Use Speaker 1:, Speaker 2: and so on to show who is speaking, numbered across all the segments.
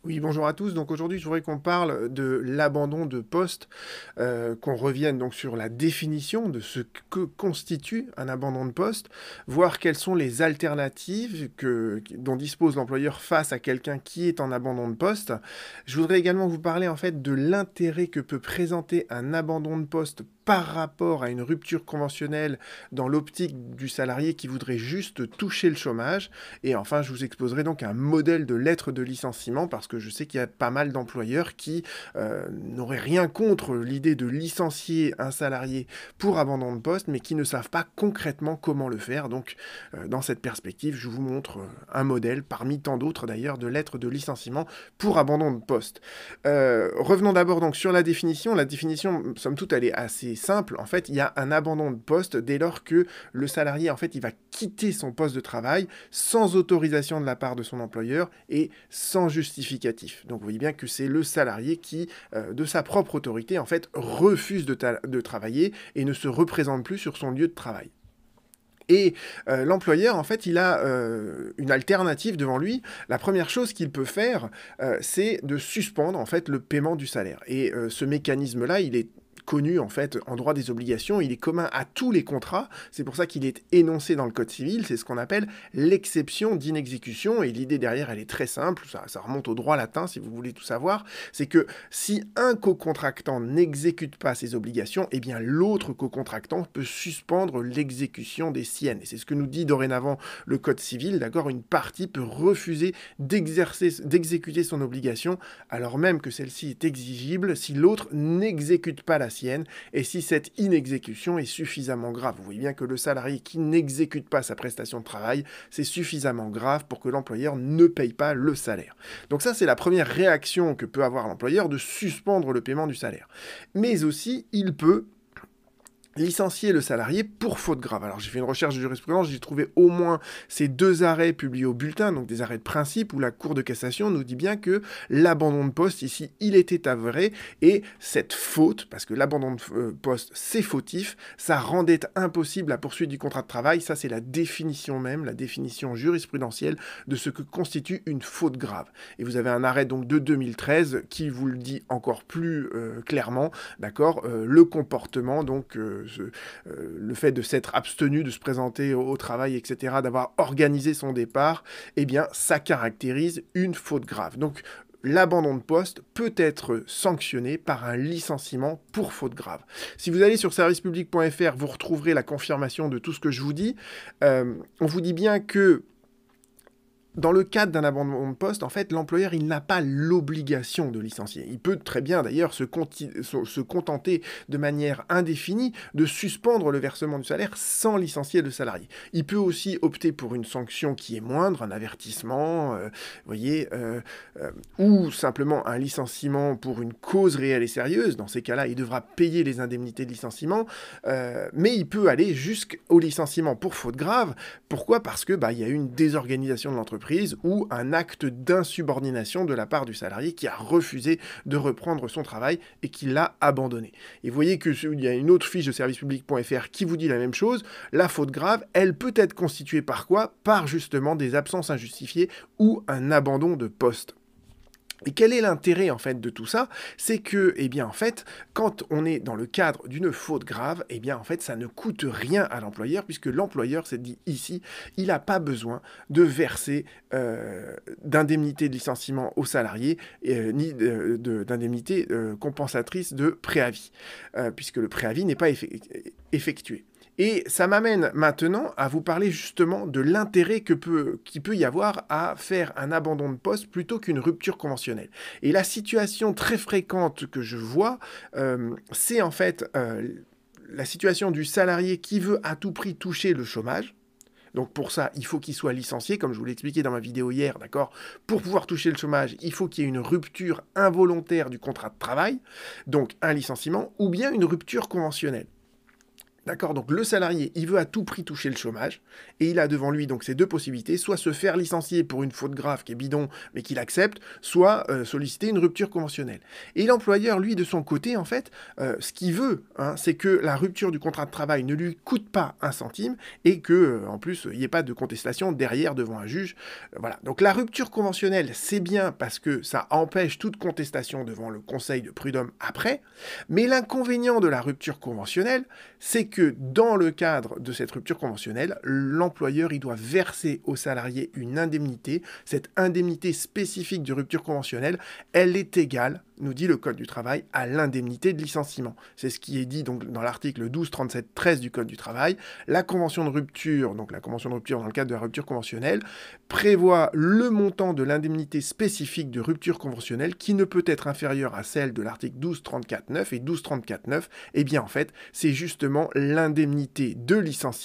Speaker 1: Oui, bonjour à tous. Donc aujourd'hui, je voudrais qu'on parle de l'abandon de poste, qu'on revienne donc sur la définition de ce que constitue un abandon de poste, voir quelles sont les alternatives dont dispose l'employeur face à quelqu'un qui est en abandon de poste. Je voudrais également vous parler en fait de l'intérêt que peut présenter un abandon de poste par rapport à une rupture conventionnelle dans l'optique du salarié qui voudrait juste toucher le chômage. Et enfin, je vous exposerai donc un modèle de lettre de licenciement parce que je sais qu'il y a pas mal d'employeurs qui n'auraient rien contre l'idée de licencier un salarié pour abandon de poste, mais qui ne savent pas concrètement comment le faire. Donc, dans cette perspective, je vous montre un modèle, parmi tant d'autres d'ailleurs, de lettre de licenciement pour abandon de poste. Revenons d'abord donc sur la définition. La définition, somme toute, elle est assez simple. En fait, il y a un abandon de poste dès lors que le salarié, en fait, il va quitter son poste de travail sans autorisation de la part de son employeur et sans justificatif. Donc vous voyez bien que c'est le salarié qui, de sa propre autorité, en fait, refuse de travailler et ne se représente plus sur son lieu de travail. Et l'employeur, en fait, il a une alternative devant lui. La première chose qu'il peut faire, c'est de suspendre, en fait, le paiement du salaire. Et ce mécanisme-là, il est connu en fait en droit des obligations, il est commun à tous les contrats, c'est pour ça qu'il est énoncé dans le Code civil, c'est ce qu'on appelle l'exception d'inexécution, et l'idée derrière elle est très simple, ça remonte au droit latin si vous voulez tout savoir, c'est que si un co-contractant n'exécute pas ses obligations, eh bien l'autre co-contractant peut suspendre l'exécution des siennes, et c'est ce que nous dit dorénavant le Code civil, d'accord, une partie peut refuser d'exécuter son obligation, alors même que celle-ci est exigible si l'autre n'exécute pas la sienne, et si cette inexécution est suffisamment grave. Vous voyez bien que le salarié qui n'exécute pas sa prestation de travail, c'est suffisamment grave pour que l'employeur ne paye pas le salaire. Donc ça, c'est la première réaction que peut avoir l'employeur, de suspendre le paiement du salaire. Mais aussi, il peut licencier le salarié pour faute grave. Alors j'ai fait une recherche de jurisprudence, j'ai trouvé au moins ces deux arrêts publiés au bulletin, donc des arrêts de principe où la Cour de cassation nous dit bien que l'abandon de poste ici, il était avéré, et cette faute, parce que l'abandon de poste c'est fautif, ça rendait impossible la poursuite du contrat de travail, ça c'est la définition même, la définition jurisprudentielle de ce que constitue une faute grave. Et vous avez un arrêt donc de 2013 qui vous le dit encore plus clairement, d'accord, le comportement donc le fait de s'être abstenu de se présenter au travail, etc., d'avoir organisé son départ, eh bien, ça caractérise une faute grave. Donc, l'abandon de poste peut être sanctionné par un licenciement pour faute grave. Si vous allez sur servicepublic.fr, vous retrouverez la confirmation de tout ce que je vous dis. On vous dit bien que dans le cadre d'un abandon de poste, en fait, l'employeur, il n'a pas l'obligation de licencier. Il peut très bien, d'ailleurs, se contenter de manière indéfinie de suspendre le versement du salaire sans licencier le salarié. Il peut aussi opter pour une sanction qui est moindre, un avertissement, voyez, ou simplement un licenciement pour une cause réelle et sérieuse. Dans ces cas-là, il devra payer les indemnités de licenciement, mais il peut aller jusqu'au licenciement pour faute grave. Pourquoi ? Parce que il y a une désorganisation de l'entreprise ou un acte d'insubordination de la part du salarié qui a refusé de reprendre son travail et qui l'a abandonné. Et vous voyez qu'il y a une autre fiche de servicepublic.fr qui vous dit la même chose. La faute grave, elle peut être constituée par quoi ? Par justement des absences injustifiées ou un abandon de poste. Et quel est l'intérêt en fait de tout ça ? C'est que, eh bien en fait, quand on est dans le cadre d'une faute grave, eh bien en fait, ça ne coûte rien à l'employeur, puisque l'employeur, c'est dit ici, il n'a pas besoin de verser d'indemnité de licenciement aux salariés, ni d'indemnité compensatrice de préavis, puisque le préavis n'est pas effectué. Et ça m'amène maintenant à vous parler justement de l'intérêt qu'il peut y avoir à faire un abandon de poste plutôt qu'une rupture conventionnelle. Et la situation très fréquente que je vois, c'est en fait la situation du salarié qui veut à tout prix toucher le chômage. Donc pour ça, il faut qu'il soit licencié, comme je vous l'ai expliqué dans ma vidéo hier, d'accord ? Pour pouvoir toucher le chômage, il faut qu'il y ait une rupture involontaire du contrat de travail, donc un licenciement, ou bien une rupture conventionnelle. D'accord, donc le salarié, il veut à tout prix toucher le chômage, et il a devant lui donc ces deux possibilités, soit se faire licencier pour une faute grave qui est bidon, mais qu'il accepte, soit solliciter une rupture conventionnelle. Et l'employeur, lui, de son côté, en fait, ce qu'il veut, hein, c'est que la rupture du contrat de travail ne lui coûte pas un centime, et que, en plus, il n'y ait pas de contestation derrière devant un juge. Voilà, donc la rupture conventionnelle, c'est bien parce que ça empêche toute contestation devant le conseil de prud'homme après, mais l'inconvénient de la rupture conventionnelle, c'est que dans le cadre de cette rupture conventionnelle, l'employeur il doit verser au salarié une indemnité. Cette indemnité spécifique de rupture conventionnelle, elle est égale, nous dit le Code du travail, à l'indemnité de licenciement. C'est ce qui est dit donc dans l'article 1237-13 du Code du travail. La convention de rupture, donc la convention de rupture dans le cadre de la rupture conventionnelle, prévoit le montant de l'indemnité spécifique de rupture conventionnelle qui ne peut être inférieure à celle de l'article 1234-9 et 1234-9. Eh bien en fait, c'est justement l'indemnité de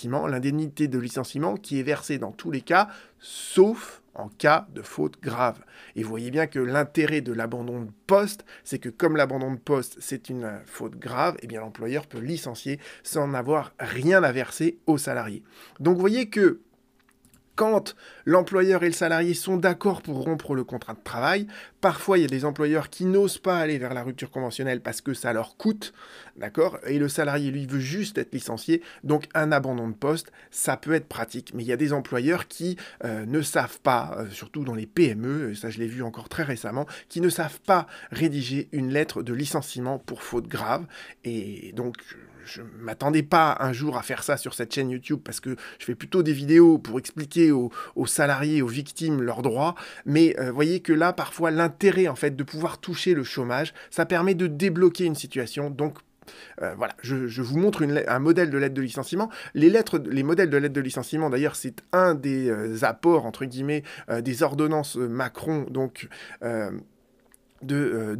Speaker 1: licenciement qui est versée dans tous les cas, sauf en cas de faute grave. Et vous voyez bien que l'intérêt de l'abandon de poste, c'est que comme l'abandon de poste, c'est une faute grave, eh bien l'employeur peut licencier sans n'avoir rien à verser au salarié. Donc vous voyez que quand l'employeur et le salarié sont d'accord pour rompre le contrat de travail, parfois il y a des employeurs qui n'osent pas aller vers la rupture conventionnelle parce que ça leur coûte, d'accord? Et le salarié, lui, veut juste être licencié, donc un abandon de poste, ça peut être pratique. Mais il y a des employeurs qui ne savent pas, surtout dans les PME, ça je l'ai vu encore très récemment, qui ne savent pas rédiger une lettre de licenciement pour faute grave, et donc je ne m'attendais pas un jour à faire ça sur cette chaîne YouTube parce que je fais plutôt des vidéos pour expliquer aux salariés, aux victimes leurs droits. Mais voyez que là, parfois, l'intérêt en fait de pouvoir toucher le chômage, ça permet de débloquer une situation. Donc voilà, je vous montre un modèle de lettre de licenciement. Les modèles de lettre de licenciement, d'ailleurs, c'est un des apports, entre guillemets, des ordonnances Macron, donc de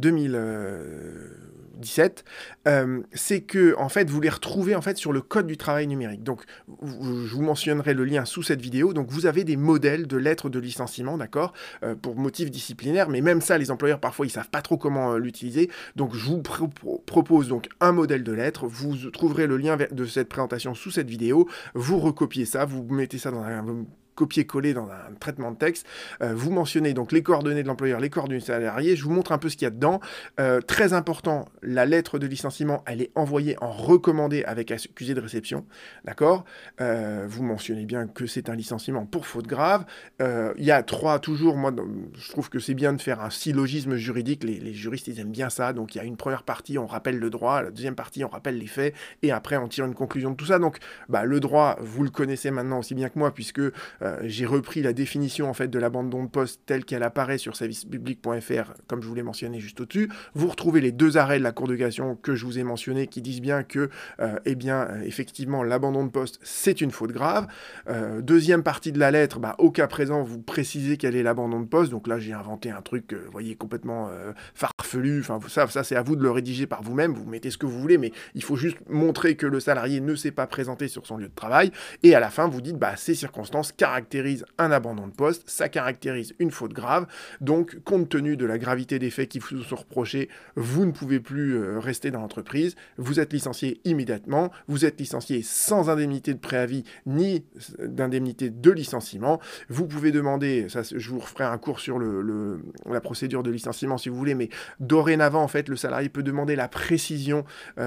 Speaker 1: 2017, c'est que en fait vous les retrouvez en fait sur le code du travail numérique. Donc je vous mentionnerai le lien sous cette vidéo. Donc vous avez des modèles de lettres de licenciement, d'accord, pour motifs disciplinaires, mais même ça les employeurs parfois ils savent pas trop comment l'utiliser. Donc je vous propose donc un modèle de lettre. Vous trouverez le lien de cette présentation sous cette vidéo. Vous recopiez ça, vous mettez ça dans un copier-coller dans un traitement de texte. Vous mentionnez donc les coordonnées de l'employeur, les coordonnées du salarié. Je vous montre un peu ce qu'il y a dedans. Très important, la lettre de licenciement, elle est envoyée en recommandé avec accusé de réception. D'accord? Vous mentionnez bien que c'est un licenciement pour faute grave. Il y a toujours, moi, je trouve que c'est bien de faire un syllogisme juridique. Les juristes, ils aiment bien ça. Donc, il y a une première partie, on rappelle le droit. La deuxième partie, on rappelle les faits. Et après, on tire une conclusion de tout ça. Donc, le droit, vous le connaissez maintenant aussi bien que moi, puisque j'ai repris la définition en fait de l'abandon de poste telle qu'elle apparaît sur servicepublic.fr, comme je vous l'ai mentionné juste au-dessus. Vous retrouvez les deux arrêts de la Cour de cassation que je vous ai mentionnés qui disent bien que, effectivement, l'abandon de poste, c'est une faute grave. Deuxième partie de la lettre, au cas présent, vous précisez quel est l'abandon de poste. Donc là, j'ai inventé un truc, vous voyez, complètement farfelu. Enfin, ça c'est à vous de le rédiger par vous-même. Vous mettez ce que vous voulez, mais il faut juste montrer que le salarié ne s'est pas présenté sur son lieu de travail. Et à la fin, vous dites, ces circonstances caractérise un abandon de poste, ça caractérise une faute grave, donc compte tenu de la gravité des faits qui vous sont reprochés, vous ne pouvez plus rester dans l'entreprise, vous êtes licencié immédiatement, vous êtes licencié sans indemnité de préavis ni d'indemnité de licenciement, vous pouvez demander, ça, je vous referai un cours sur la procédure de licenciement si vous voulez, mais dorénavant en fait le salarié peut demander la précision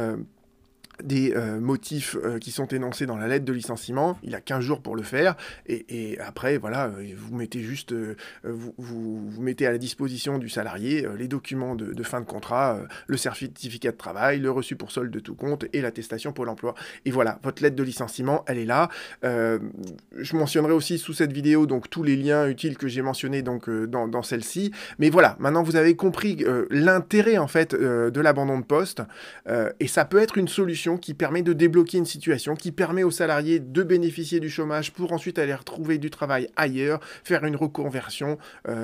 Speaker 1: des motifs qui sont énoncés dans la lettre de licenciement. Il a 15 jours pour le faire. Et après, voilà, vous mettez juste... vous mettez à la disposition du salarié les documents de fin de contrat, le certificat de travail, le reçu pour solde de tout compte et l'attestation Pôle emploi. Et voilà, votre lettre de licenciement, elle est là. Je mentionnerai aussi sous cette vidéo donc tous les liens utiles que j'ai mentionnés donc, dans celle-ci. Mais voilà, maintenant vous avez compris l'intérêt en fait de l'abandon de poste. Et ça peut être une solution qui permet de débloquer une situation, qui permet aux salariés de bénéficier du chômage pour ensuite aller retrouver du travail ailleurs, faire une reconversion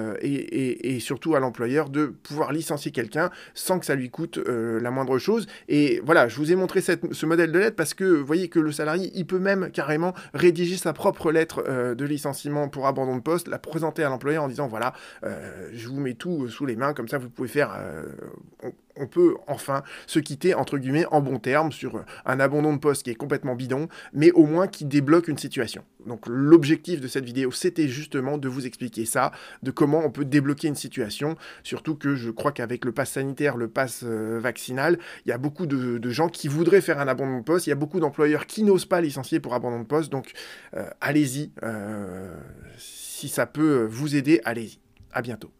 Speaker 1: et surtout à l'employeur de pouvoir licencier quelqu'un sans que ça lui coûte la moindre chose. Et voilà, je vous ai montré ce modèle de lettre parce que vous voyez que le salarié, il peut même carrément rédiger sa propre lettre de licenciement pour abandon de poste, la présenter à l'employeur en disant voilà, je vous mets tout sous les mains, comme ça vous pouvez faire... on peut enfin se quitter, entre guillemets, en bons termes sur un abandon de poste qui est complètement bidon, mais au moins qui débloque une situation. Donc l'objectif de cette vidéo, c'était justement de vous expliquer ça, de comment on peut débloquer une situation, surtout que je crois qu'avec le pass sanitaire, le pass vaccinal, il y a beaucoup de gens qui voudraient faire un abandon de poste, il y a beaucoup d'employeurs qui n'osent pas licencier pour abandon de poste, donc allez-y, si ça peut vous aider, allez-y. À bientôt.